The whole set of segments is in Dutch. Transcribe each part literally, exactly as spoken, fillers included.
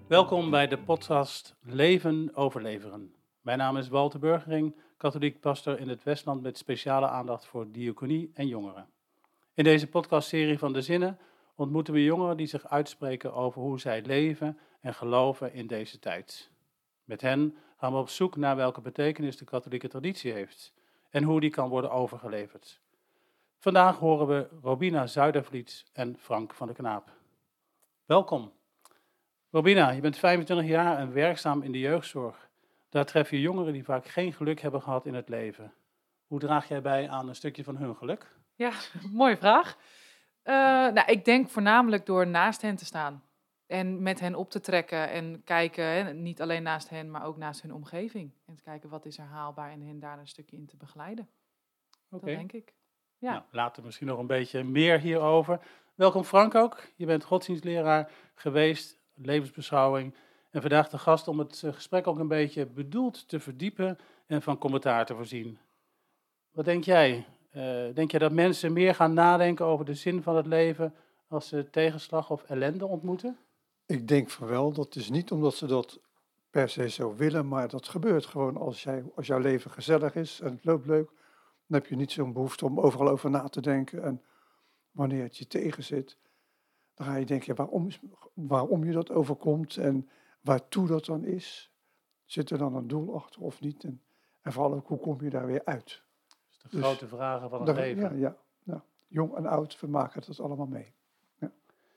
Welkom bij de podcast Leven overleveren. Mijn naam is Walter Burgering, katholiek pastor in het Westland met speciale aandacht voor diaconie en jongeren. In deze podcastserie van De Zinnen ontmoeten we jongeren die zich uitspreken over hoe zij leven en geloven in deze tijd. Met hen gaan we op zoek naar welke betekenis de katholieke traditie heeft en hoe die kan worden overgeleverd. Vandaag horen we Robina Zuidervliet en Frank van der Knaap. Welkom. Robina, je bent vijfentwintig jaar en werkzaam in de jeugdzorg. Daar tref je jongeren die vaak geen geluk hebben gehad in het leven. Hoe draag jij bij aan een stukje van hun geluk? Ja, mooie vraag. Uh, nou, ik denk voornamelijk door naast hen te staan. En met hen op te trekken en kijken, hè, niet alleen naast hen, maar ook naast hun omgeving. En te kijken wat is er haalbaar en hen daar een stukje in te begeleiden. Oké. Dat denk ik. Ja. Nou, later misschien nog een beetje meer hierover. Welkom Frank ook. Je bent godsdienstleraar geweest, levensbeschouwing. En vandaag de gast om het gesprek ook een beetje bedoeld te verdiepen en van commentaar te voorzien. Wat denk jij? Uh, denk jij dat mensen meer gaan nadenken over de zin van het leven als ze tegenslag of ellende ontmoeten? Ik denk van wel. Dat is niet omdat ze dat per se zo willen, maar dat gebeurt gewoon als, jij, als jouw leven gezellig is en het loopt leuk. Dan heb je niet zo'n behoefte om overal over na te denken. En wanneer het je tegen zit, dan ga je denken waarom, waarom je dat overkomt en waartoe dat dan is. Zit er dan een doel achter of niet? En, en vooral ook, hoe kom je daar weer uit? Dus de dus, grote vragen van het daar, leven. Ja, ja, ja, jong en oud, we maken het allemaal mee. Ja.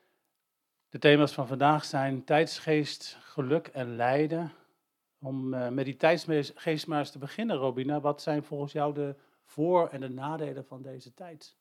De thema's van vandaag zijn tijdsgeest, geluk en lijden. Om uh, met die tijdsgeest maar eens te beginnen, Robina. Wat zijn volgens jou de voor- en de nadelen van deze tijd?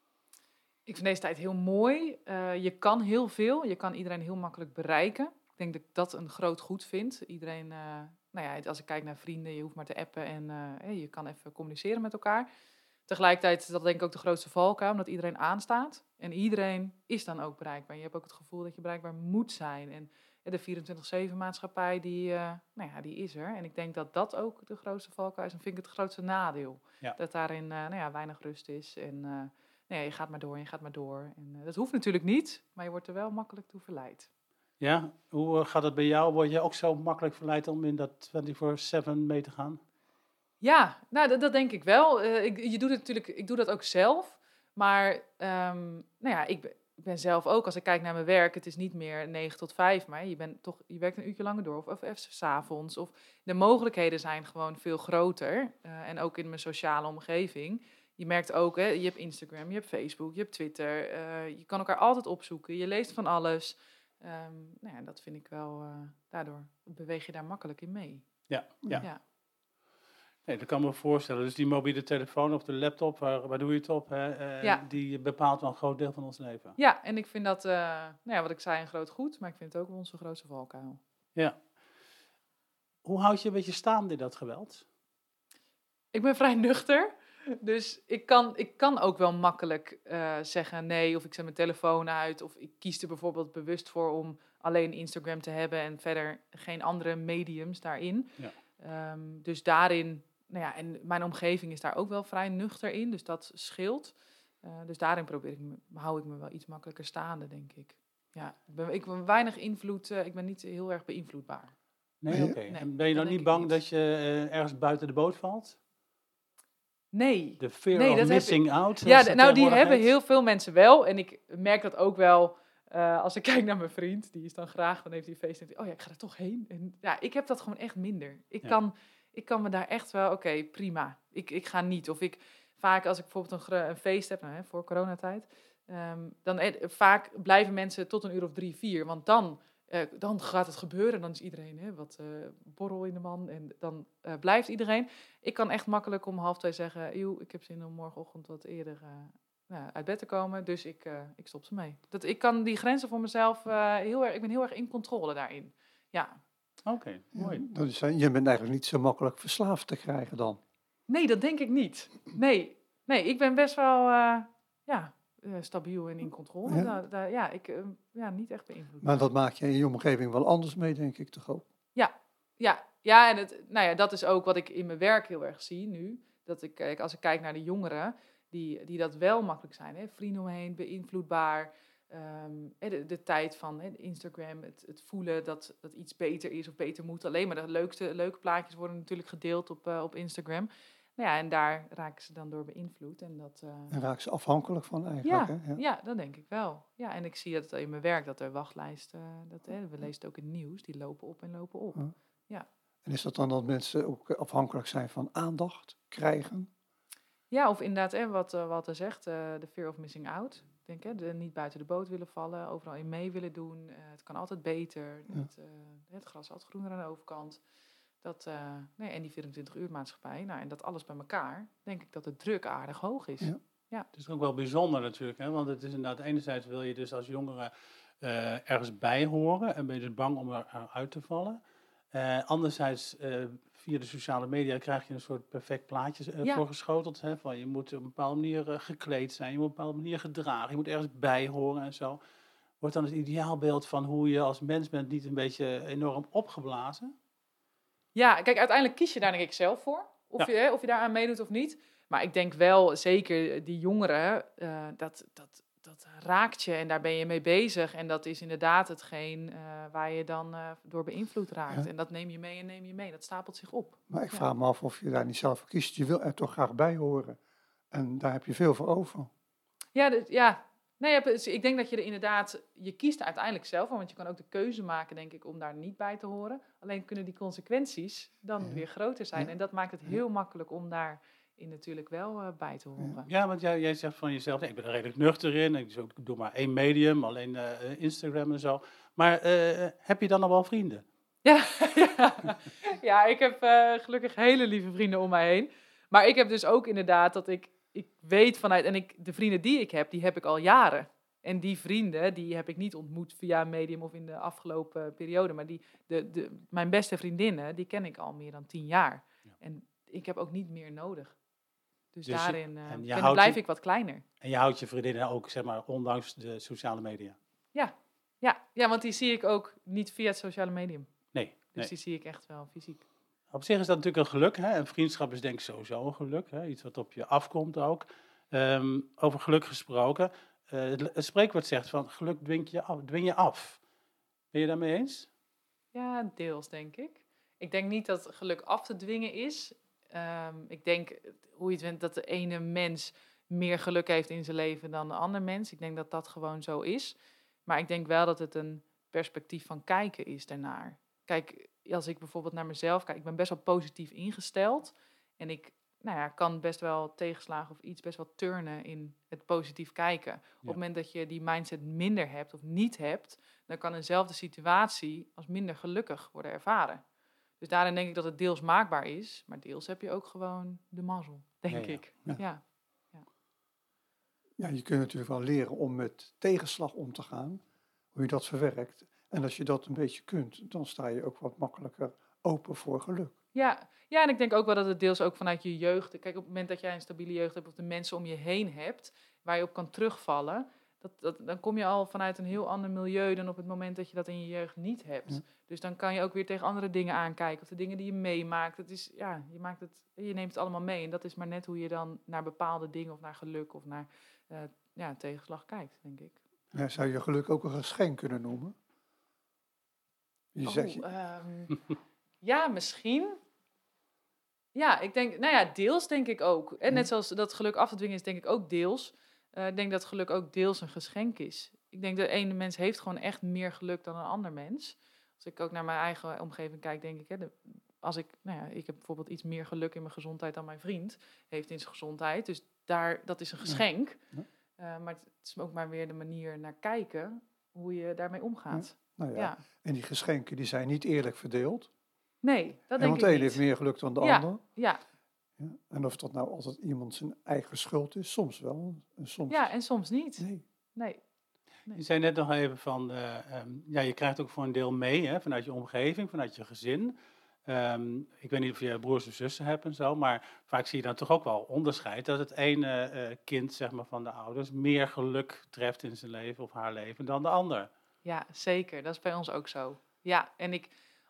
Ik vind deze tijd heel mooi. Uh, je kan heel veel. Je kan iedereen heel makkelijk bereiken. Ik denk dat ik dat een groot goed vind. Iedereen, uh, nou ja, als ik kijk naar vrienden, je hoeft maar te appen en uh, je kan even communiceren met elkaar. Tegelijkertijd is dat denk ik ook de grootste valkuil, omdat iedereen aanstaat. En iedereen is dan ook bereikbaar. Je hebt ook het gevoel dat je bereikbaar moet zijn. En de vierentwintig zeven maatschappij, die, uh, nou ja, die is er. En ik denk dat dat ook de grootste valkuil is. En vind ik het grootste nadeel. Ja. Dat daarin uh, nou ja, weinig rust is. En uh, nee, je gaat maar door en je gaat maar door. En, uh, dat hoeft natuurlijk niet, maar je wordt er wel makkelijk toe verleid. Ja, hoe uh, gaat het bij jou? Word je ook zo makkelijk verleid om in dat vierentwintig zeven mee te gaan? Ja, nou, dat, dat denk ik wel. Uh, ik, je doet het natuurlijk, ik doe dat ook zelf. Maar um, nou ja, ik ben... Ik ben zelf ook, als ik kijk naar mijn werk, het is niet meer negen tot vijf, maar je, bent toch, je werkt een uurtje langer door, of, of even 's avonds. Of de mogelijkheden zijn gewoon veel groter. Uh, en ook in mijn sociale omgeving. Je merkt ook, hè, je hebt Instagram, je hebt Facebook, je hebt Twitter. Uh, je kan elkaar altijd opzoeken, je leest van alles. Um, nou ja, dat vind ik wel, uh, daardoor beweeg je daar makkelijk in mee. Ja, ja. ja. Nee, dat kan me voorstellen. Dus die mobiele telefoon of de laptop, waar, waar doe je het op? Hè? Uh, ja. Die bepaalt wel een groot deel van ons leven. Ja, en ik vind dat, uh, nou ja, wat ik zei, een groot goed. Maar ik vind het ook onze grootste valkuil. Ja. Hoe houd je een beetje staande in dat geweld? Ik ben vrij nuchter. Dus ik kan, ik kan ook wel makkelijk uh, zeggen nee, of ik zet mijn telefoon uit. Of ik kies er bijvoorbeeld bewust voor om alleen Instagram te hebben en verder geen andere mediums daarin. Ja. Um, dus daarin... Nou ja, en mijn omgeving is daar ook wel vrij nuchter in, dus dat scheelt. Uh, dus daarin probeer ik me, hou ik me wel iets makkelijker staande, denk ik. Ja, ik ben, ik ben weinig invloed, uh, ik ben niet heel erg beïnvloedbaar. Nee, oké. Okay. Nee, en ben je dan niet bang niet. dat je uh, ergens buiten de boot valt? Nee. De fear nee, of dat missing out? Ja, d- nou die hebben heel veel mensen wel. En ik merk dat ook wel, uh, als ik kijk naar mijn vriend, die is dan graag, dan heeft hij een feest en denkt, oh ja, ik ga er toch heen. En ja, ik heb dat gewoon echt minder. Ik ja. kan... Ik kan me daar echt wel, oké, okay, prima. Ik, ik ga niet. Of ik, vaak als ik bijvoorbeeld een, een feest heb, nou, hè, voor coronatijd, um, dan eh, vaak blijven mensen tot een uur of drie, vier. Want dan, uh, dan gaat het gebeuren. Dan is iedereen hè, wat uh, borrel in de man. En dan uh, blijft iedereen. Ik kan echt makkelijk om half twee zeggen, joh, ik heb zin om morgenochtend wat eerder uh, nou, uit bed te komen. Dus ik, uh, ik stop ze mee. Dat, ik kan die grenzen voor mezelf, uh, heel erg, ik ben heel erg in controle daarin. Ja. Oké, okay, mooi. Ja, dus, je bent eigenlijk niet zo makkelijk verslaafd te krijgen dan? Nee, dat denk ik niet. Nee, nee ik ben best wel uh, ja, uh, stabiel en in controle. Ja, da, da, ja ik uh, ja, niet echt beïnvloed. Maar dat maak je in je omgeving wel anders mee, denk ik toch ook? Ja, ja, ja en het, nou ja, dat is ook wat ik in mijn werk heel erg zie nu. Dat ik, als ik kijk naar de jongeren, die, die dat wel makkelijk zijn. Hè? Vrienden omheen, beïnvloedbaar. Um, de, de tijd van he, Instagram, het, het voelen dat, dat iets beter is of beter moet. Alleen maar de leukste, leuke plaatjes worden natuurlijk gedeeld op, uh, op Instagram. Nou ja, en daar raken ze dan door beïnvloed. En, dat, uh... en raken ze afhankelijk van eigenlijk. Ja, Hè? Ja. ja, dat denk ik wel. Ja, en ik zie dat in mijn werk, dat er wachtlijsten, uh, dat, hè, we lezen het ook in het nieuws, die lopen op en lopen op. Ja. Ja. En is dat dan dat mensen ook afhankelijk zijn van aandacht krijgen? Ja, of inderdaad, hè, wat uh, Walter zegt, uh, de fear of missing out. Ik denk, hè, de, niet buiten de boot willen vallen, overal in mee willen doen. Uh, het kan altijd beter. Ja. Het, uh, het gras is altijd groener aan de overkant. Dat, uh, nee, en die vierentwintig uur maatschappij. Nou, en dat alles bij elkaar, denk ik dat de druk aardig hoog is. Ja. Ja. Het is ook wel bijzonder natuurlijk, hè? Want het is inderdaad, enerzijds wil je dus als jongere uh, ergens bij horen en ben je dus bang om eruit te vallen. Uh, anderzijds, uh, via de sociale media krijg je een soort perfect plaatje uh, Ja. voorgeschoteld. Hè? Van je moet op een bepaalde manier uh, gekleed zijn, je moet op een bepaalde manier gedragen, je moet ergens bij horen en zo. Wordt dan het ideaalbeeld van hoe je als mens bent niet een beetje enorm opgeblazen? Ja, kijk, uiteindelijk kies je daar denk ik zelf voor. Of, Ja. je, hè, of je daaraan meedoet of niet. Maar ik denk wel, zeker die jongeren, uh, dat, dat, dat raakt je en daar ben je mee bezig. En dat is inderdaad hetgeen uh, waar je dan uh, door beïnvloed raakt. Ja. En dat neem je mee en neem je mee. Dat stapelt zich op. Maar ik Ja. vraag me af of je daar niet zelf voor kiest. Je wil er toch graag bij horen. En daar heb je veel voor over. Ja, dus, ja. Nee, ik denk dat je er inderdaad, je kiest er uiteindelijk zelf voor, want je kan ook de keuze maken, denk ik, om daar niet bij te horen. Alleen kunnen die consequenties dan Ja. weer groter zijn. Ja. En dat maakt het heel makkelijk om daarin natuurlijk wel uh, bij te horen. Ja, want jij, jij zegt van jezelf, nee, ik ben er redelijk nuchter in. Ik doe maar één medium, alleen uh, Instagram en zo. Maar uh, heb je dan nog wel vrienden? Ja, ja. ja ik heb uh, gelukkig hele lieve vrienden om mij heen. Maar ik heb dus ook inderdaad dat ik, ik weet vanuit, en ik, de vrienden die ik heb, die heb ik al jaren. En die vrienden, die heb ik niet ontmoet via een medium of in de afgelopen periode. Maar die, de, de, mijn beste vriendinnen, die ken ik al meer dan tien jaar. Ja. En ik heb ook niet meer nodig. Dus, dus daarin uh, en ben, blijf je, ik wat kleiner. En je houdt je vriendinnen ook, zeg maar, ondanks de sociale media? Ja, ja, ja, want die zie ik ook niet via het sociale medium. Nee. Dus nee. die zie ik echt wel fysiek. Op zich is dat natuurlijk een geluk. Hè? En vriendschap is denk ik sowieso een geluk. Hè? Iets wat op je afkomt ook. Um, over geluk gesproken. Uh, het, het spreekwoord zegt van geluk dwing je af. Dwing je af. Ben je daarmee eens? Ja, deels denk ik. Ik denk niet dat geluk af te dwingen is. Um, ik denk, hoe je het vindt, dat de ene mens meer geluk heeft in zijn leven dan de andere mens. Ik denk dat dat gewoon zo is. Maar ik denk wel dat het een perspectief van kijken is daarnaar. Kijk, als ik bijvoorbeeld naar mezelf kijk, ik ben best wel positief ingesteld. En ik nou ja, kan best wel tegenslagen of iets best wel turnen in het positief kijken. Ja. Op het moment dat je die mindset minder hebt of niet hebt, dan kan eenzelfde situatie als minder gelukkig worden ervaren. Dus daarin denk ik dat het deels maakbaar is, maar deels heb je ook gewoon de mazzel, denk ja, ja. ik. Ja. Ja. Ja. ja, je kunt natuurlijk wel leren om met tegenslag om te gaan, hoe je dat verwerkt. En als je dat een beetje kunt, dan sta je ook wat makkelijker open voor geluk. Ja, ja, en ik denk ook wel dat het deels ook vanuit je jeugd... Kijk, op het moment dat jij een stabiele jeugd hebt of de mensen om je heen hebt, waar je op kan terugvallen, dat, dat, dan kom je al vanuit een heel ander milieu dan op het moment dat je dat in je jeugd niet hebt. Ja. Dus dan kan je ook weer tegen andere dingen aankijken of de dingen die je meemaakt. Het is, ja, je, maakt het, je neemt het allemaal mee en dat is maar net hoe je dan naar bepaalde dingen of naar geluk of naar uh, ja, tegenslag kijkt, denk ik. Ja, zou je geluk ook een geschenk kunnen noemen? Je oh, zegt je... um, ja, misschien. Ja, ik denk, nou ja, deels denk ik ook. En net zoals dat geluk af te dwingen is, denk ik ook deels. Uh, ik denk dat geluk ook deels een geschenk is. Ik denk dat de ene mens heeft gewoon echt meer geluk dan een ander mens. Als ik ook naar mijn eigen omgeving kijk, denk ik, hè, de, als ik, nou ja, ik heb bijvoorbeeld iets meer geluk in mijn gezondheid dan mijn vriend heeft in zijn gezondheid. Dus daar, dat is een geschenk. Ja. Ja. Uh, maar het is ook maar weer de manier naar kijken hoe je daarmee omgaat. Ja. Nou ja. Ja. En die geschenken die zijn niet eerlijk verdeeld. Nee, dat en denk want ik de niet. een heeft meer geluk dan de ja, ander. Ja. Ja. En of dat nou altijd iemand zijn eigen schuld is, soms wel. En soms... Ja, en soms niet. Nee. Nee. nee. Je zei net nog even van, uh, um, ja, je krijgt ook voor een deel mee, hè, vanuit je omgeving, vanuit je gezin. Um, ik weet niet of je broers of zussen hebt en zo, maar vaak zie je dan toch ook wel onderscheid dat het ene uh, kind, zeg maar, van de ouders meer geluk treft in zijn leven of haar leven dan de ander. Ja, zeker. Dat is bij ons ook zo. Ja, en ik,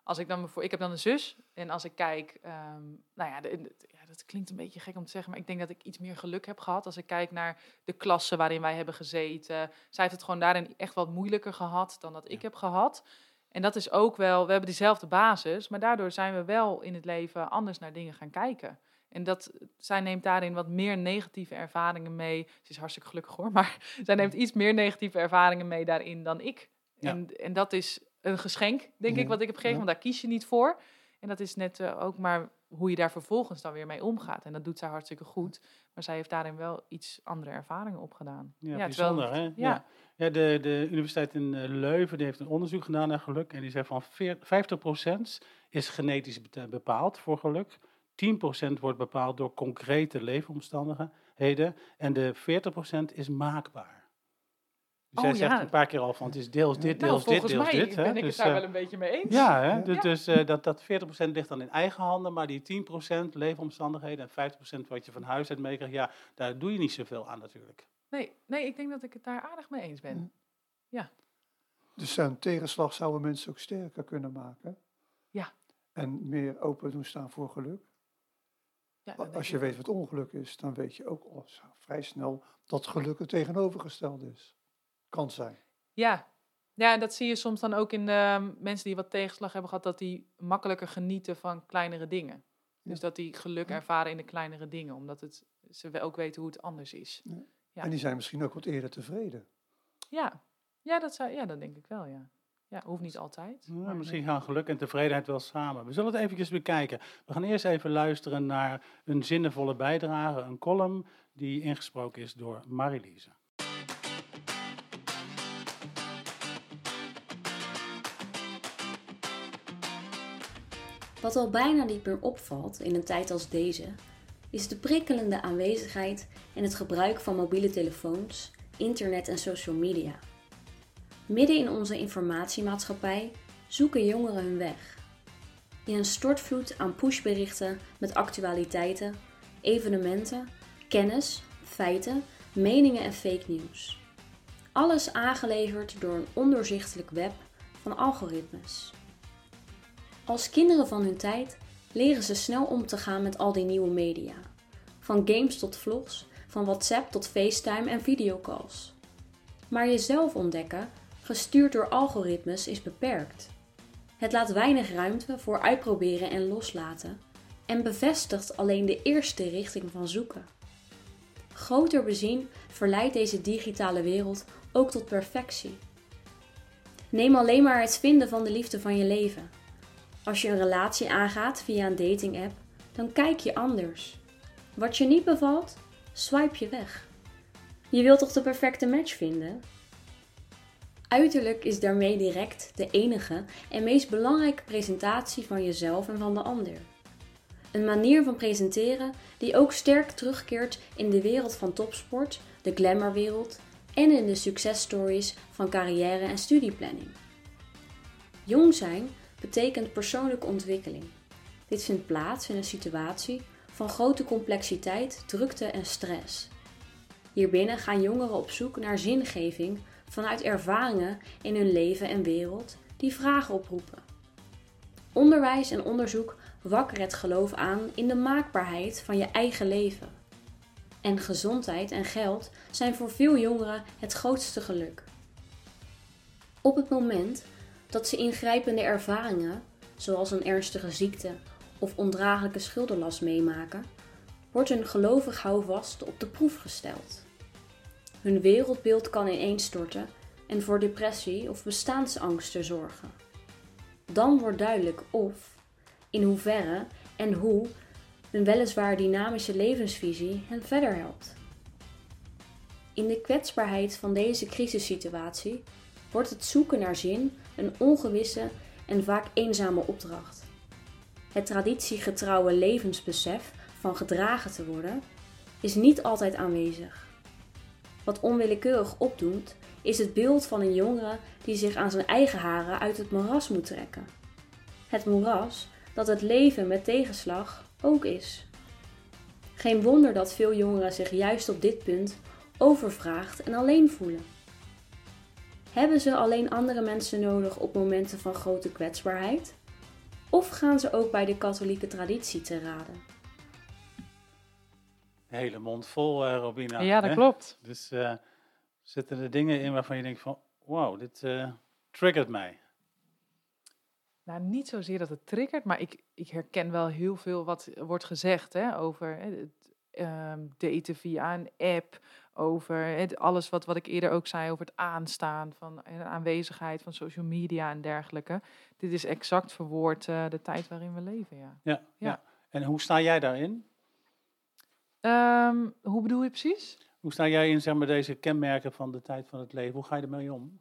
Als ik dan bijvoorbeeld, ik heb dan een zus en als ik kijk, um, nou ja, de, de, ja, dat klinkt een beetje gek om te zeggen, maar ik denk dat ik iets meer geluk heb gehad als ik kijk naar de klassen waarin wij hebben gezeten. Zij heeft het gewoon daarin echt wat moeilijker gehad dan dat ik Ja. heb gehad. En dat is ook wel, we hebben diezelfde basis, maar daardoor zijn we wel in het leven anders naar dingen gaan kijken. En dat, zij neemt daarin wat meer negatieve ervaringen mee. Ze is hartstikke gelukkig hoor, maar zij neemt iets meer negatieve ervaringen mee daarin dan ik. Ja. En, en dat is een geschenk, denk Ja. ik, wat ik heb gegeven, Ja. want daar kies je niet voor. En dat is net uh, ook maar hoe je daar vervolgens dan weer mee omgaat. En dat doet zij hartstikke goed. Maar zij heeft daarin wel iets andere ervaringen opgedaan. Ja, Ja, bijzonder terwijl- hè? ja. Ja. Ja, de, de Universiteit in uh, Leuven die heeft een onderzoek gedaan naar geluk. En die zei van vijftig procent is genetisch be- bepaald voor geluk. tien procent wordt bepaald door concrete leefomstandigheden. En de veertig procent is maakbaar. Dus Oh, zij zegt ja. een paar keer al van het is deels dit, Nou, deels dit, volgens deels mij dit. Hè? ben ik Dus, het daar uh, wel een beetje mee eens. ja, hè? Ja. Dus, Ja. dus uh, dat, dat veertig procent ligt dan in eigen handen, maar die tien procent leefomstandigheden en vijftig procent wat je van huis uit meekrijgt, ja, daar doe je niet zoveel aan natuurlijk. Nee, nee, ik denk dat ik het daar aardig mee eens ben. Dus zo'n tegenslag zouden mensen ook sterker kunnen maken. Ja. En meer open doen staan voor geluk. Ja, dat denk Als je ik. weet wat ongeluk is, dan weet je ook al vrij snel dat geluk het tegenovergestelde is. Kan zijn. Ja. Ja, en dat zie je soms dan ook in de mensen die wat tegenslag hebben gehad, dat die makkelijker genieten van kleinere dingen. Dus dat die geluk Ja. ervaren in de kleinere dingen, omdat het, ze we- ook weten hoe het anders is. Ja. En die zijn misschien ook wat eerder tevreden. Ja, ja, dat, zou, ja dat denk ik wel, ja. Ja, hoeft niet altijd. Ja, maar- misschien gaan geluk en tevredenheid wel samen. We zullen het eventjes bekijken. We gaan eerst even luisteren naar een zinnevolle bijdrage, een column die ingesproken is door Marilise. Wat al bijna niet meer opvalt in een tijd als deze, is de prikkelende aanwezigheid en het gebruik van mobiele telefoons, internet en social media. Midden in onze informatiemaatschappij zoeken jongeren hun weg. In een stortvloed aan pushberichten met actualiteiten, evenementen, kennis, feiten, meningen en fake news. Alles aangeleverd door een ondoorzichtelijk web van algoritmes. Als kinderen van hun tijd leren ze snel om te gaan met al die nieuwe media. Van games tot vlogs, van WhatsApp tot FaceTime en videocalls. Maar jezelf ontdekken, gestuurd door algoritmes, is beperkt. Het laat weinig ruimte voor uitproberen en loslaten en bevestigt alleen de eerste richting van zoeken. Groter bezien verleidt deze digitale wereld ook tot perfectie. Neem alleen maar het vinden van de liefde van je leven. Als je een relatie aangaat via een dating-app, dan kijk je anders. Wat je niet bevalt, swipe je weg. Je wilt toch de perfecte match vinden? Uiterlijk is daarmee direct de enige en meest belangrijke presentatie van jezelf en van de ander. Een manier van presenteren die ook sterk terugkeert in de wereld van topsport, de glamourwereld en in de successtories van carrière en studieplanning. Jong zijn betekent persoonlijke ontwikkeling. Dit vindt plaats in een situatie van grote complexiteit, drukte en stress. Hierbinnen gaan jongeren op zoek naar zingeving vanuit ervaringen in hun leven en wereld die vragen oproepen. Onderwijs en onderzoek wakkeren het geloof aan in de maakbaarheid van je eigen leven. En gezondheid en geld zijn voor veel jongeren het grootste geluk. Op het moment dat ze ingrijpende ervaringen, zoals een ernstige ziekte of ondraaglijke schuldenlast meemaken, wordt hun gelovig houvast op de proef gesteld. Hun wereldbeeld kan ineenstorten en voor depressie of bestaansangsten zorgen. Dan wordt duidelijk of, in hoeverre en hoe een weliswaar dynamische levensvisie hen verder helpt. In de kwetsbaarheid van deze crisissituatie wordt het zoeken naar zin een ongewisse en vaak eenzame opdracht. Het traditiegetrouwe levensbesef van gedragen te worden is niet altijd aanwezig. Wat onwillekeurig opdoemt, is het beeld van een jongere die zich aan zijn eigen haren uit het moeras moet trekken. Het moeras dat het leven met tegenslag ook is. Geen wonder dat veel jongeren zich juist op dit punt overvraagd en alleen voelen. Hebben ze alleen andere mensen nodig op momenten van grote kwetsbaarheid? Of gaan ze ook bij de katholieke traditie te raden? Een hele mond vol, uh, Robina. Ja, dat hè? klopt. Dus uh, zitten er dingen in waarvan je denkt van, wow, dit uh, triggert mij. Nou, niet zozeer dat het triggert, maar ik, ik herken wel heel veel wat wordt gezegd hè, over hè, het um, daten via een app, over hè, alles wat, wat ik eerder ook zei over het aanstaan van de aanwezigheid van social media en dergelijke. Dit is exact verwoord uh, de tijd waarin we leven, ja. Ja, ja. ja. En hoe sta jij daarin? Um, hoe bedoel je precies? Hoe sta jij in zeg maar, deze kenmerken van de tijd van het leven? Hoe ga je ermee om?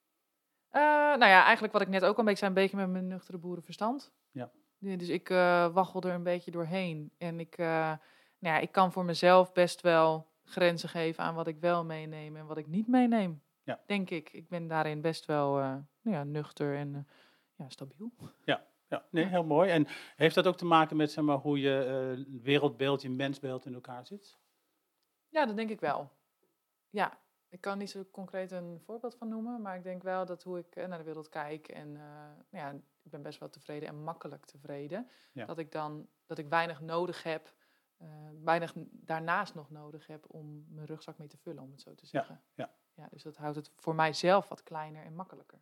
Uh, nou ja, eigenlijk wat ik net ook al een beetje zei, een beetje met mijn nuchtere boerenverstand. Ja. Dus ik uh, waggel er een beetje doorheen. En ik, uh, nou ja, ik kan voor mezelf best wel grenzen geven aan wat ik wel meeneem en wat ik niet meeneem. Ja. Denk ik. Ik ben daarin best wel uh, nou ja, nuchter en uh, ja, stabiel. Ja. Ja, nee, heel mooi. En heeft dat ook te maken met zeg maar, hoe je uh, wereldbeeld, je mensbeeld in elkaar zit? Ja, dat denk ik wel. Ja, ik kan niet zo concreet een voorbeeld van noemen, maar ik denk wel dat hoe ik uh, naar de wereld kijk en uh, ja, ik ben best wel tevreden en makkelijk tevreden. Ja. Dat ik dan, dat ik weinig nodig heb, uh, weinig daarnaast nog nodig heb om mijn rugzak mee te vullen, om het zo te zeggen. Ja, ja. Ja, dus dat houdt het voor mijzelf wat kleiner en makkelijker.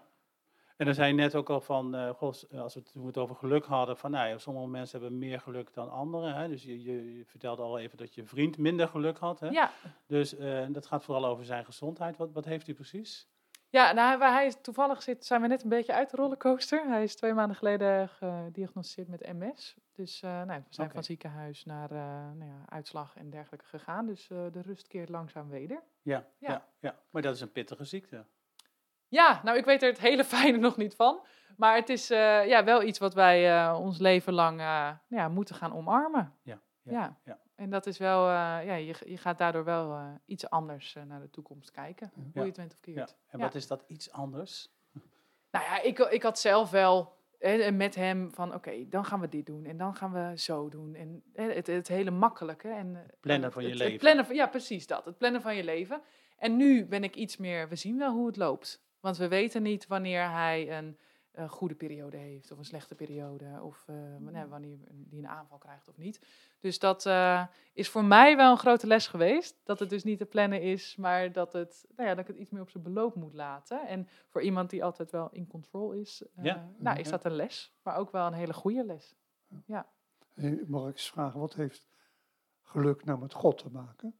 En dan zei je net ook al van, uh, goh, als we het, toen we het over geluk hadden, van nou ja, sommige mensen hebben meer geluk dan anderen. Hè? Dus je, je, je vertelde al even dat je vriend minder geluk had. Hè? Ja. Dus uh, dat gaat vooral over zijn gezondheid. Wat, wat heeft hij precies? Ja, nou, waar hij toevallig zit, zijn we net een beetje uit de rollercoaster. Hij is twee maanden geleden gediagnosticeerd met M S. Dus uh, nou, we zijn okay. van ziekenhuis naar uh, nou ja, uitslag en dergelijke gegaan. Dus uh, de rust keert langzaam weder. Ja, ja. Ja, ja, maar dat is een pittige ziekte. Ja, nou ik weet er het hele fijne nog niet van. Maar het is uh, ja, wel iets wat wij uh, ons leven lang uh, ja, moeten gaan omarmen. Ja, ja, ja. ja. En dat is wel, uh, ja, je, je gaat daardoor wel uh, iets anders uh, naar de toekomst kijken. Ja. Hoe je het went of keert. Ja. En ja. wat is dat iets anders? Nou ja, ik, ik had zelf wel eh, met hem van oké, okay, dan gaan we dit doen. En dan gaan we zo doen. En eh, het, het hele makkelijke. En, het plannen uh, van je het, leven. Het plannen van, ja, precies dat. Het plannen van je leven. En nu ben ik iets meer, we zien wel hoe het loopt. Want we weten niet wanneer hij een, een goede periode heeft of een slechte periode. Of uh, wanneer, wanneer hij een aanval krijgt of niet. Dus dat uh, is voor mij wel een grote les geweest. Dat het dus niet te plannen is, maar dat, het, nou ja, dat ik het iets meer op zijn beloop moet laten. En voor iemand die altijd wel in control is, uh, ja. nou, is dat een les. Maar ook wel een hele goede les. Ja. Hey, mag ik eens vragen, wat heeft geluk nou met God te maken?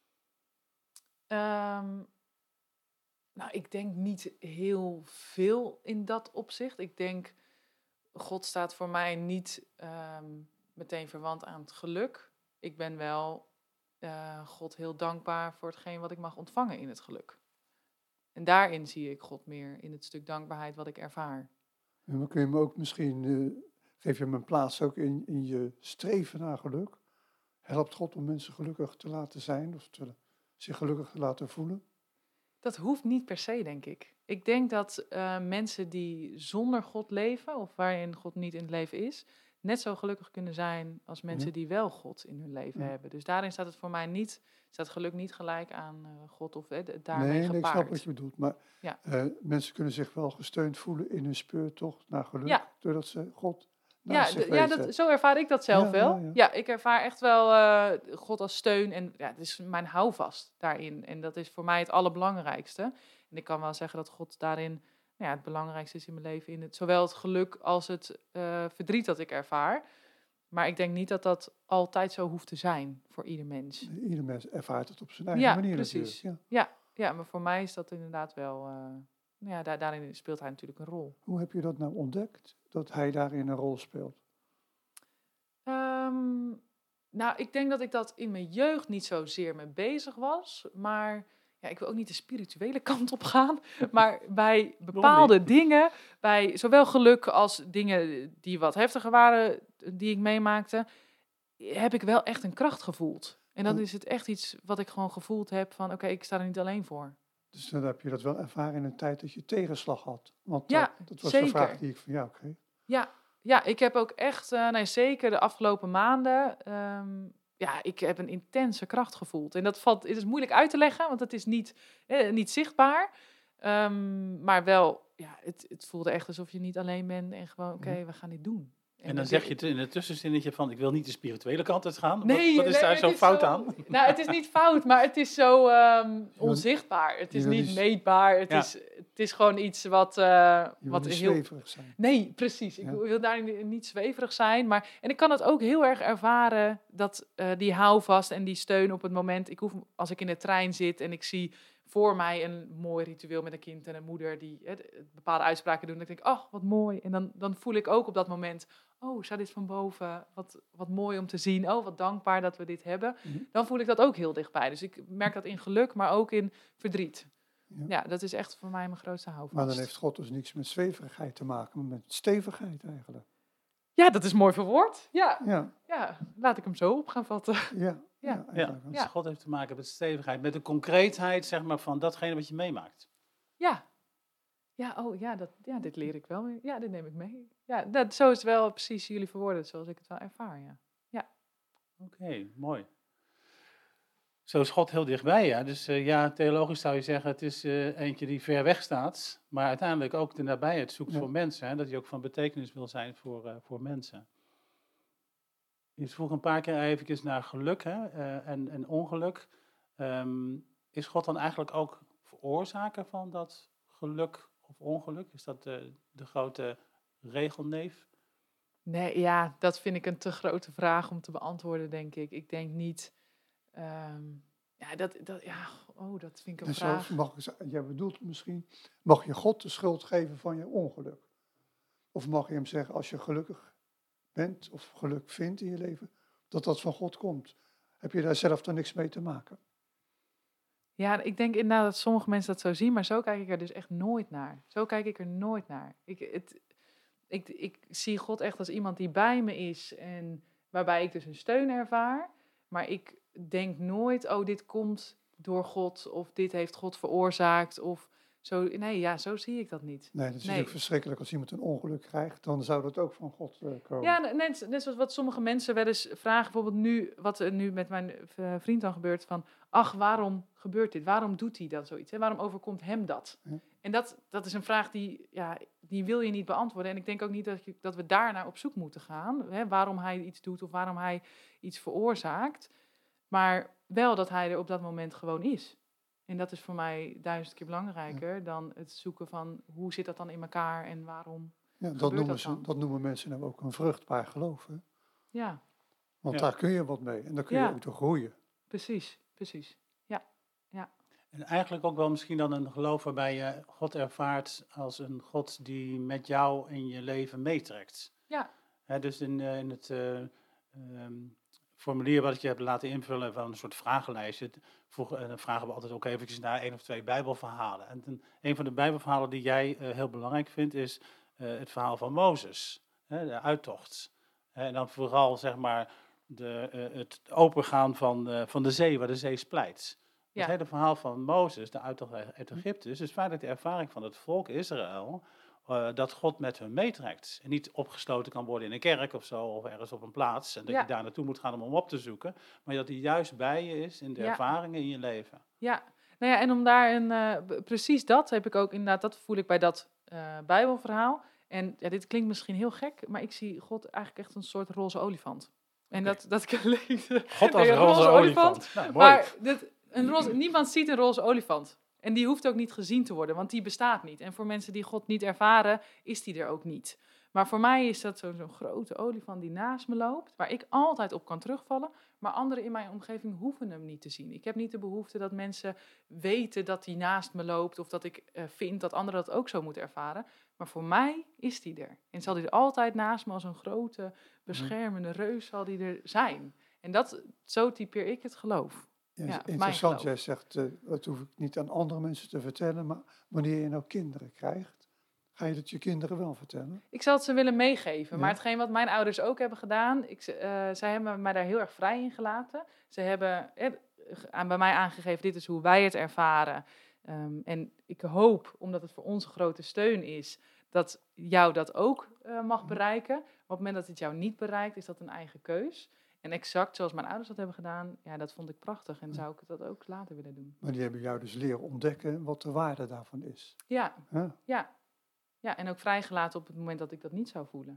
Um, Nou, ik denk niet heel veel in dat opzicht. Ik denk, God staat voor mij niet um, meteen verwant aan het geluk. Ik ben wel uh, God heel dankbaar voor hetgeen wat ik mag ontvangen in het geluk. En daarin zie ik God meer, in het stuk dankbaarheid wat ik ervaar. En dan kun je me ook misschien, uh, geef je me een plaats ook in, in je streven naar geluk? Helpt God om mensen gelukkig te laten zijn of te, zich gelukkig te laten voelen? Dat hoeft niet per se, denk ik. Ik denk dat uh, mensen die zonder God leven, of waarin God niet in het leven is, net zo gelukkig kunnen zijn als mensen ja. die wel God in hun leven ja. hebben. Dus daarin staat het voor mij niet, staat geluk niet gelijk aan uh, God of eh, daarmee nee, gepaard. Nee, ik snap wat je bedoelt. Maar ja. uh, mensen kunnen zich wel gesteund voelen in hun speurtocht naar geluk, ja. doordat ze God Ja, d- ja dat, zo ervaar ik dat zelf ja, wel. Ja, ja. ja, ik ervaar echt wel uh, God als steun en ja, het is mijn houvast daarin. En dat is voor mij het allerbelangrijkste. En ik kan wel zeggen dat God daarin nou ja, het belangrijkste is in mijn leven. In het, zowel het geluk als het uh, verdriet dat ik ervaar. Maar ik denk niet dat dat altijd zo hoeft te zijn voor ieder mens. Ieder mens ervaart het op zijn eigen ja, manier precies. natuurlijk. Ja. Ja, ja, maar voor mij is dat inderdaad wel... Uh, ja, daar, daarin speelt hij natuurlijk een rol. Hoe heb je dat nou ontdekt? Dat hij daarin een rol speelt? Um, nou, ik denk dat ik dat in mijn jeugd niet zozeer mee bezig was. Maar ja, ik wil ook niet de spirituele kant op gaan. Maar bij bepaalde dingen, bij zowel geluk als dingen die wat heftiger waren, die ik meemaakte, heb ik wel echt een kracht gevoeld. En dan is het echt iets wat ik gewoon gevoeld heb van, oké, okay, ik sta er niet alleen voor. Dus dan heb je dat wel ervaren in een tijd dat je tegenslag had. Want ja, dat, dat was zeker. de vraag die ik van jou kreeg. Ja, ja, ik heb ook echt, uh, nee, zeker de afgelopen maanden, um, ja, ik heb een intense kracht gevoeld. En dat valt, het is moeilijk uit te leggen, want het is niet, eh, niet zichtbaar. Um, maar wel, ja, het, het voelde echt alsof je niet alleen bent en gewoon, oké, okay, we gaan dit doen. En, en dan zeg je in het tussenzinnetje van, ik wil niet de spirituele kant uit gaan. Nee, wat, wat is nee, daar zo fout zo, aan? Nou, het is niet fout, maar het is zo um, onzichtbaar. Het is niet meetbaar. Het, ja. is, het is gewoon iets wat... Uh, je wil wat niet heel... zweverig zijn. Nee, precies. Ik ja. wil daar niet, niet zweverig zijn. Maar, en ik kan het ook heel erg ervaren, dat uh, die houvast en die steun op het moment... Ik hoef, als ik in de trein zit en ik zie voor mij een mooi ritueel met een kind en een moeder... die hè, bepaalde uitspraken doen, dan denk ik, oh, wat mooi. En dan, dan voel ik ook op dat moment... oh, staat dit van boven, wat, wat mooi om te zien. Oh, wat dankbaar dat we dit hebben. Mm-hmm. Dan voel ik dat ook heel dichtbij. Dus ik merk dat in geluk, maar ook in verdriet. Ja, ja dat is echt voor mij mijn grootste houvast. Maar dan heeft God dus niks met zweverigheid te maken, maar met stevigheid eigenlijk. Ja, dat is mooi verwoord. Ja, ja. ja laat ik hem zo op gaan vatten. Ja, ja. ja. Dus ja. God heeft te maken met stevigheid, met de concreetheid zeg maar, van datgene wat je meemaakt. Ja. Ja, oh ja, dat, ja, dit leer ik wel. Ja, dit neem ik mee. Ja, dat, zo is het wel precies jullie verwoorden, zoals ik het wel ervaar, ja. ja. Oké, okay, mooi. Zo is God heel dichtbij, ja. Dus uh, ja, theologisch zou je zeggen, het is uh, eentje die ver weg staat, maar uiteindelijk ook de nabijheid zoekt ja. voor mensen, hè, dat hij ook van betekenis wil zijn voor, uh, voor mensen. Je vroeg een paar keer even naar geluk hè, uh, en, en ongeluk. Um, is God dan eigenlijk ook veroorzaker van dat geluk of ongeluk? Is dat de, de grote regelneef? Nee, ja, dat vind ik een te grote vraag om te beantwoorden, denk ik. Ik denk niet... Um, ja, dat, dat, ja, oh, dat vind ik een en vraag. Mag ik, jij bedoelt misschien, mag je God de schuld geven van je ongeluk? Of mag je hem zeggen, als je gelukkig bent of geluk vindt in je leven, dat dat van God komt? Heb je daar zelf dan niks mee te maken? Ja, ik denk inderdaad dat sommige mensen dat zo zien, maar zo kijk ik er dus echt nooit naar. Zo kijk ik er nooit naar. Ik, het, ik, ik zie God echt als iemand die bij me is en waarbij ik dus een steun ervaar. Maar ik denk nooit, oh, dit komt door God of dit heeft God veroorzaakt of zo. Nee, ja, zo zie ik dat niet. Nee, dat is nee. natuurlijk verschrikkelijk als iemand een ongeluk krijgt, dan zou dat ook van God uh, komen. Ja, net, net zoals wat sommige mensen wel eens vragen, bijvoorbeeld nu, wat er nu met mijn uh, vriend dan gebeurt, van, ach, waarom gebeurt dit? Waarom doet hij dan zoiets? Hè? Waarom overkomt hem dat? Ja. En dat, dat is een vraag die, ja, die wil je niet beantwoorden. En ik denk ook niet dat, je, dat we daarnaar op zoek moeten gaan, hè? Waarom hij iets doet of waarom hij iets veroorzaakt. Maar wel dat hij er op dat moment gewoon is. En dat is voor mij duizend keer belangrijker ja. dan het zoeken van hoe zit dat dan in elkaar en waarom ja, dat noemen dat, ze, dat noemen mensen nou ook een vruchtbaar geloof. Hè? Ja. Want ja. daar kun je wat mee en dan kun ja. je ook door groeien. Precies, precies. Ja. ja. En eigenlijk ook wel misschien dan een geloof waarbij je God ervaart als een God die met jou in je leven meetrekt. Ja. He, dus in, uh, in het... Uh, um, formulier wat je hebt laten invullen van een soort vragenlijstje. Vroeg, en dan vragen we altijd ook eventjes naar één of twee bijbelverhalen. En ten, een van de bijbelverhalen die jij uh, heel belangrijk vindt is uh, het verhaal van Mozes. Hè, de uittocht. Hè, en dan vooral zeg maar de, uh, het opengaan van, uh, van de zee, waar de zee splijt. Ja. Het hele verhaal van Mozes, de uittocht uit Egypte, is dus feitelijk de ervaring van het volk Israël, Uh, dat God met hun meetrekt. En niet opgesloten kan worden in een kerk of zo, of ergens op een plaats. En dat ja. je daar naartoe moet gaan om hem op te zoeken. Maar dat hij juist bij je is in de ja. ervaringen in je leven. Ja, nou ja, en om daar een... Uh, precies dat heb ik ook inderdaad, dat voel ik bij dat uh, Bijbelverhaal. En ja, dit klinkt misschien heel gek, maar ik zie God eigenlijk echt een soort roze olifant. En okay. dat, dat klinkt... God als een roze, roze olifant. olifant. Nou, mooi. Maar dit, een roze, niemand ziet een roze olifant. En die hoeft ook niet gezien te worden, want die bestaat niet. En voor mensen die God niet ervaren, is die er ook niet. Maar voor mij is dat zo, zo'n grote olifant die naast me loopt, waar ik altijd op kan terugvallen. Maar anderen in mijn omgeving hoeven hem niet te zien. Ik heb niet de behoefte dat mensen weten dat hij naast me loopt, of dat ik uh, vind dat anderen dat ook zo moeten ervaren. Maar voor mij is die er. En zal die er altijd naast me als een grote, beschermende reus zal die er zijn. En dat, zo typeer ik het geloof. Ja, ja, interessant, jij zegt, uh, dat hoef ik niet aan andere mensen te vertellen, maar wanneer je nou kinderen krijgt, ga je dat je kinderen wel vertellen? Ik zal het ze willen meegeven, ja. Maar hetgeen wat mijn ouders ook hebben gedaan, ik, uh, zij hebben mij daar heel erg vrij in gelaten. Ze hebben eh, aan, bij mij aangegeven, dit is hoe wij het ervaren. Um, en ik hoop, omdat het voor ons een grote steun is, dat jou dat ook uh, mag bereiken. Maar op het moment dat het jou niet bereikt, is dat een eigen keus. En exact zoals mijn ouders dat hebben gedaan, ja, dat vond ik prachtig. En zou ik dat ook later willen doen. Maar die hebben jou dus leren ontdekken wat de waarde daarvan is. Ja, huh? ja. Ja, en ook vrijgelaten op het moment dat ik dat niet zou voelen.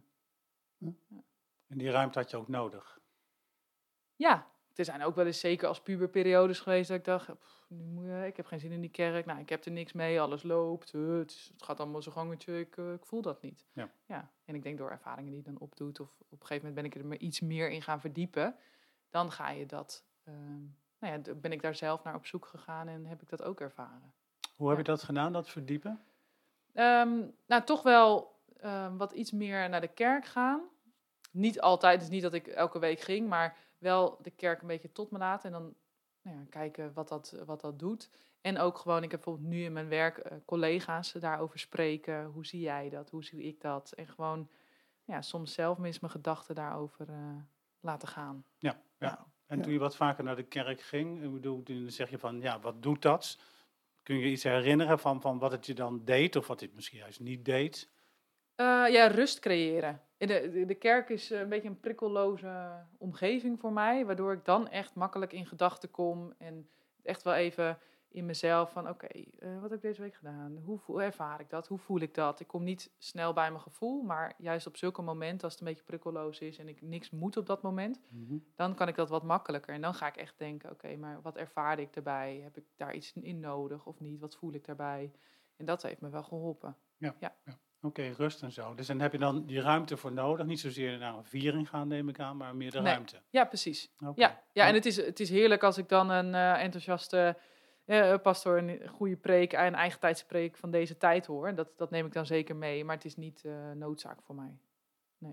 En die ruimte had je ook nodig. Ja, er zijn ook wel eens zeker als puberperiodes geweest dat ik dacht, pff, nu moet je, ik heb geen zin in die kerk, nou, ik heb er niks mee, alles loopt, uh, het, is, het gaat allemaal zijn gangetje, ik, uh, ik voel dat niet. Ja. Ja. En ik denk door ervaringen die je dan opdoet, of op een gegeven moment ben ik er maar iets meer in gaan verdiepen, dan ga je dat, uh, nou ja, d- ben ik daar zelf naar op zoek gegaan en heb ik dat ook ervaren. Hoe heb Ja. je dat gedaan, dat verdiepen? Um, nou, toch wel um, wat iets meer naar de kerk gaan. Niet altijd, dus niet dat ik elke week ging, maar wel de kerk een beetje tot me laten. En dan nou ja, kijken wat dat, wat dat doet. En ook gewoon, ik heb bijvoorbeeld nu in mijn werk uh, collega's daarover spreken. Hoe zie jij dat? Hoe zie ik dat? En gewoon ja, soms zelf mis mijn gedachten daarover uh, laten gaan. Ja, ja. Ja. En Ja. toen je wat vaker naar de kerk ging, ik bedoel, toen zeg je van, ja, wat doet dat? Kun je iets herinneren van, van wat het je dan deed, of wat het misschien juist niet deed? Uh, ja, rust creëren. In de, de, de kerk is een beetje een prikkelloze omgeving voor mij, waardoor ik dan echt makkelijk in gedachten kom en echt wel even in mezelf van, oké, okay, uh, wat heb ik deze week gedaan? Hoe, hoe ervaar ik dat? Hoe voel ik dat? Ik kom niet snel bij mijn gevoel, maar juist op zulke momenten, als het een beetje prikkelloos is en ik niks moet op dat moment, Mm-hmm. dan kan ik dat wat makkelijker. En dan ga ik echt denken, oké, okay, maar wat ervaarde ik daarbij? Heb ik daar iets in nodig of niet? Wat voel ik daarbij? En dat heeft me wel geholpen. Ja, ja. ja. Oké, okay, rust en zo. Dus dan heb je dan die ruimte voor nodig. Niet zozeer naar een viering gaan, neem ik aan, maar meer de nee. ruimte. Ja, precies. Okay. Ja, ja, en het is, het is heerlijk als ik dan een uh, enthousiaste uh, pastoor, een goede preek, een eigen tijdspreek van deze tijd hoor. Dat, dat neem ik dan zeker mee, maar het is niet uh, noodzaak voor mij. Nee.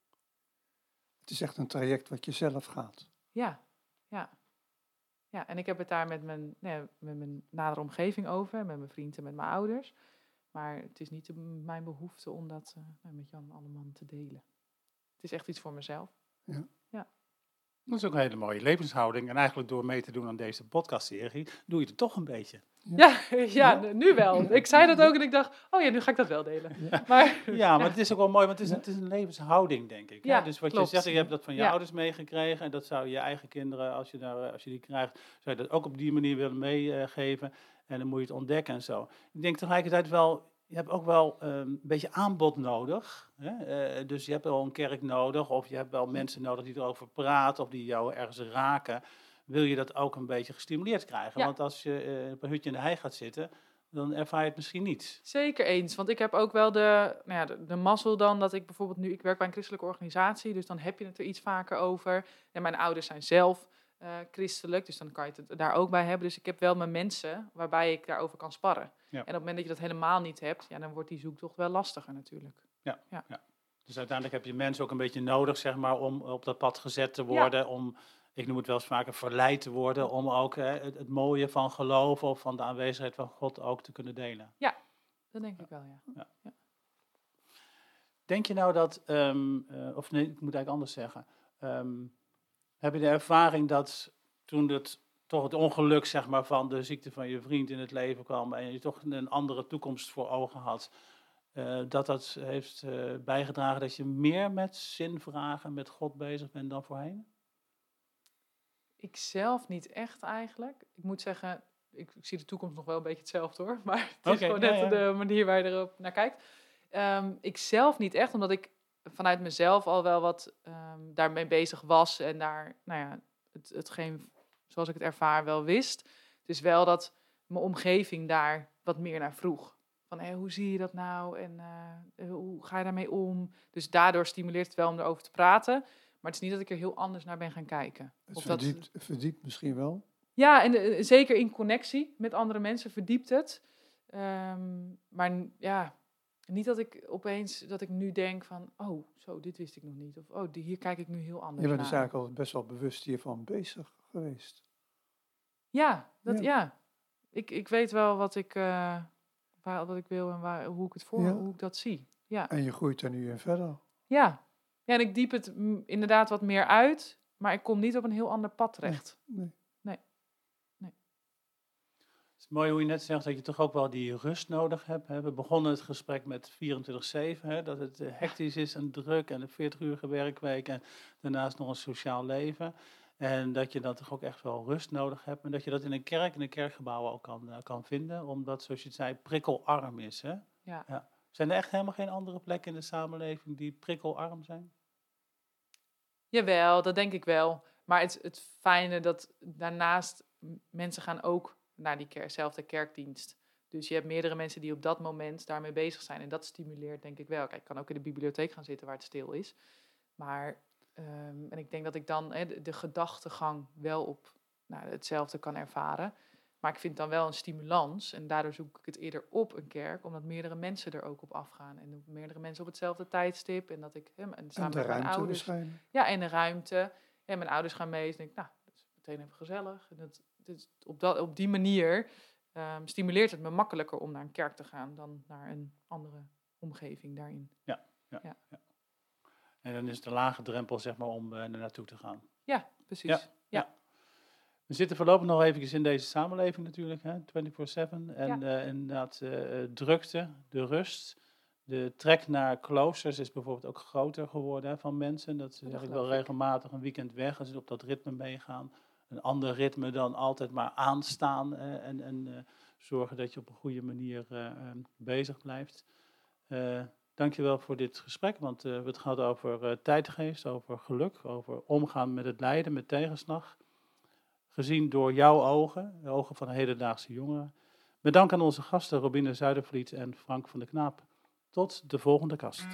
Het is echt een traject wat je zelf gaat. Ja, ja. Ja, en ik heb het daar met mijn, nee, met mijn nadere omgeving over, met mijn vrienden en met mijn ouders. Maar het is niet de, mijn behoefte om dat uh, met Jan Alleman te delen. Het is echt iets voor mezelf. Ja. Ja. Dat is ook een hele mooie levenshouding. En eigenlijk door mee te doen aan deze podcastserie, doe je het toch een beetje. Ja, ja, ja, nu wel. Ik zei dat ook en ik dacht, oh ja, nu ga ik dat wel delen. Ja, maar, ja, maar het is ook wel mooi, want het is, het is een levenshouding, denk ik. Ja, hè? Dus wat klopt. je zegt, je hebt dat van je ja. ouders meegekregen. En dat zou je eigen kinderen, als je, daar, als je die krijgt, zou je dat ook op die manier willen meegeven. En dan moet je het ontdekken en zo. Ik denk tegelijkertijd wel, je hebt ook wel um, een beetje aanbod nodig. Hè? Uh, dus je hebt wel een kerk nodig, of je hebt wel mensen nodig die erover praten, of die jou ergens raken. Wil je dat ook een beetje gestimuleerd krijgen? Ja. Want als je uh, op een hutje in de hei gaat zitten, dan ervaar je het misschien niet. Zeker eens, want ik heb ook wel de, nou ja, de, de mazzel dan dat ik bijvoorbeeld nu, ik werk bij een christelijke organisatie, dus dan heb je het er iets vaker over. En mijn ouders zijn zelf uh, christelijk, dus dan kan je het daar ook bij hebben. Dus ik heb wel mijn mensen waarbij ik daarover kan sparren. Ja. En op het moment dat je dat helemaal niet hebt, ja, dan wordt die zoektocht wel lastiger natuurlijk. Ja, ja. ja. Dus uiteindelijk heb je mensen ook een beetje nodig, zeg maar, om op dat pad gezet te worden, ja. om... Ik noem het wel eens vaker verleid te worden om ook hè, het, het mooie van geloven of van de aanwezigheid van God ook te kunnen delen. Ja, dat denk ik wel, ja. ja. ja. Denk je nou dat, um, uh, of nee, ik moet eigenlijk anders zeggen. Um, heb je de ervaring dat toen het, toch het ongeluk zeg maar, van de ziekte van je vriend in het leven kwam en je toch een andere toekomst voor ogen had, uh, dat dat heeft uh, bijgedragen dat je meer met zinvragen, met God bezig bent dan voorheen? Ik zelf niet echt eigenlijk. Ik moet zeggen, ik, ik zie de toekomst nog wel een beetje hetzelfde hoor. Maar het is okay, gewoon ja, net ja. de manier waar je erop naar kijkt. Um, ik zelf niet echt, omdat ik vanuit mezelf al wel wat um, daarmee bezig was. En daar, nou ja, het, hetgeen zoals ik het ervaar wel wist. Het is wel dat mijn omgeving daar wat meer naar vroeg. Van, hé, hoe zie je dat nou? En uh, hoe ga je daarmee om? Dus daardoor stimuleert het wel om erover te praten. Maar het is niet dat ik er heel anders naar ben gaan kijken. Het of verdiept, dat, verdiept misschien wel. Ja, en uh, zeker in connectie met andere mensen verdiept het. Um, maar ja, niet dat ik opeens, dat ik nu denk van, oh, zo, dit wist ik nog niet. Of, oh, die, hier kijk ik nu heel anders Je bent naar. dus eigenlijk al best wel bewust hiervan bezig geweest. Ja, dat, ja. Ja. Ik, ik weet wel wat ik, uh, waar, wat ik wil en waar, hoe ik het voor, Ja. hoe ik dat zie. Ja. En je groeit er nu in verder. Ja. Ja, en ik diep het m, inderdaad wat meer uit, maar ik kom niet op een heel ander pad terecht. Nee. Nee. Nee. Het is mooi hoe je net zegt dat je toch ook wel die rust nodig hebt. Hè? We begonnen het gesprek met vierentwintig zeven, hè? Dat het uh, hectisch is en druk en een veertig-uurige werkweek en daarnaast nog een sociaal leven. En dat je dan toch ook echt wel rust nodig hebt. En dat je dat in een kerk, in een kerkgebouw ook kan, uh, kan vinden, omdat, zoals je het zei, prikkelarm is. Hè? Ja. Ja. Zijn er echt helemaal geen andere plekken in de samenleving die prikkelarm zijn? Jawel, dat denk ik wel. Maar het, het fijne dat daarnaast mensen gaan ook naar diezelfde kerkdienst. Dus je hebt meerdere mensen die op dat moment daarmee bezig zijn. En dat stimuleert denk ik wel. Kijk, ik kan ook in de bibliotheek gaan zitten waar het stil is. Maar, um, en ik denk dat ik dan he, de, de gedachtegang wel op nou, hetzelfde kan ervaren. Maar ik vind dan wel een stimulans. En daardoor zoek ik het eerder op een kerk. Omdat meerdere mensen er ook op afgaan. En meerdere mensen op hetzelfde tijdstip. En dat ik he, en samen en de met mijn ruimte ouders. waarschijnlijk. Ja, en de ruimte. En mijn ouders gaan mee. En denk ik, nou, dat is meteen even gezellig. En dat, dat, op, dat, op die manier um, stimuleert het me makkelijker om naar een kerk te gaan. Dan naar een andere omgeving daarin. Ja, ja, ja. ja. En dan is het een lage drempel zeg maar, om uh, er naartoe te gaan. Ja, precies. Ja, ja. ja. We zitten voorlopig nog eventjes in deze samenleving natuurlijk, hè, vierentwintig zeven. En Ja. uh, inderdaad, uh, drukte, de rust, de trek naar kloosters is bijvoorbeeld ook groter geworden hè, van mensen. Dat ze Dat eigenlijk geloof wel ik. regelmatig een weekend weg en ze op dat ritme meegaan. Een ander ritme dan altijd maar aanstaan uh, en, en uh, zorgen dat je op een goede manier uh, um, bezig blijft. Uh, Dankjewel voor dit gesprek, want uh, het gaat over uh, tijdgeest, over geluk, over omgaan met het lijden, met tegenslag. Gezien door jouw ogen, de ogen van hedendaagse jongeren. Met dank aan onze gasten Robine Zuidervliet en Frank van de Knaap. Tot de volgende kast.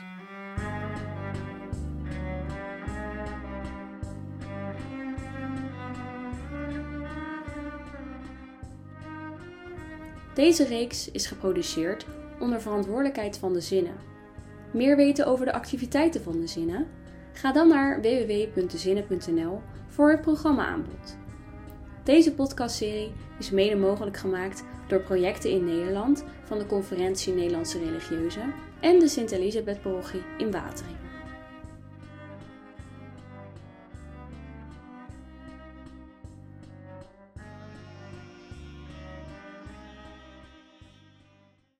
Deze reeks is geproduceerd onder verantwoordelijkheid van De Zinnen. Meer weten over de activiteiten van De Zinnen? Ga dan naar w w w punt de zinnen punt n l voor het programma-aanbod. Deze podcastserie is mede mogelijk gemaakt door projecten in Nederland van de Conferentie Nederlandse Religieuzen en de Sint-Elisabeth-parochie in Watering.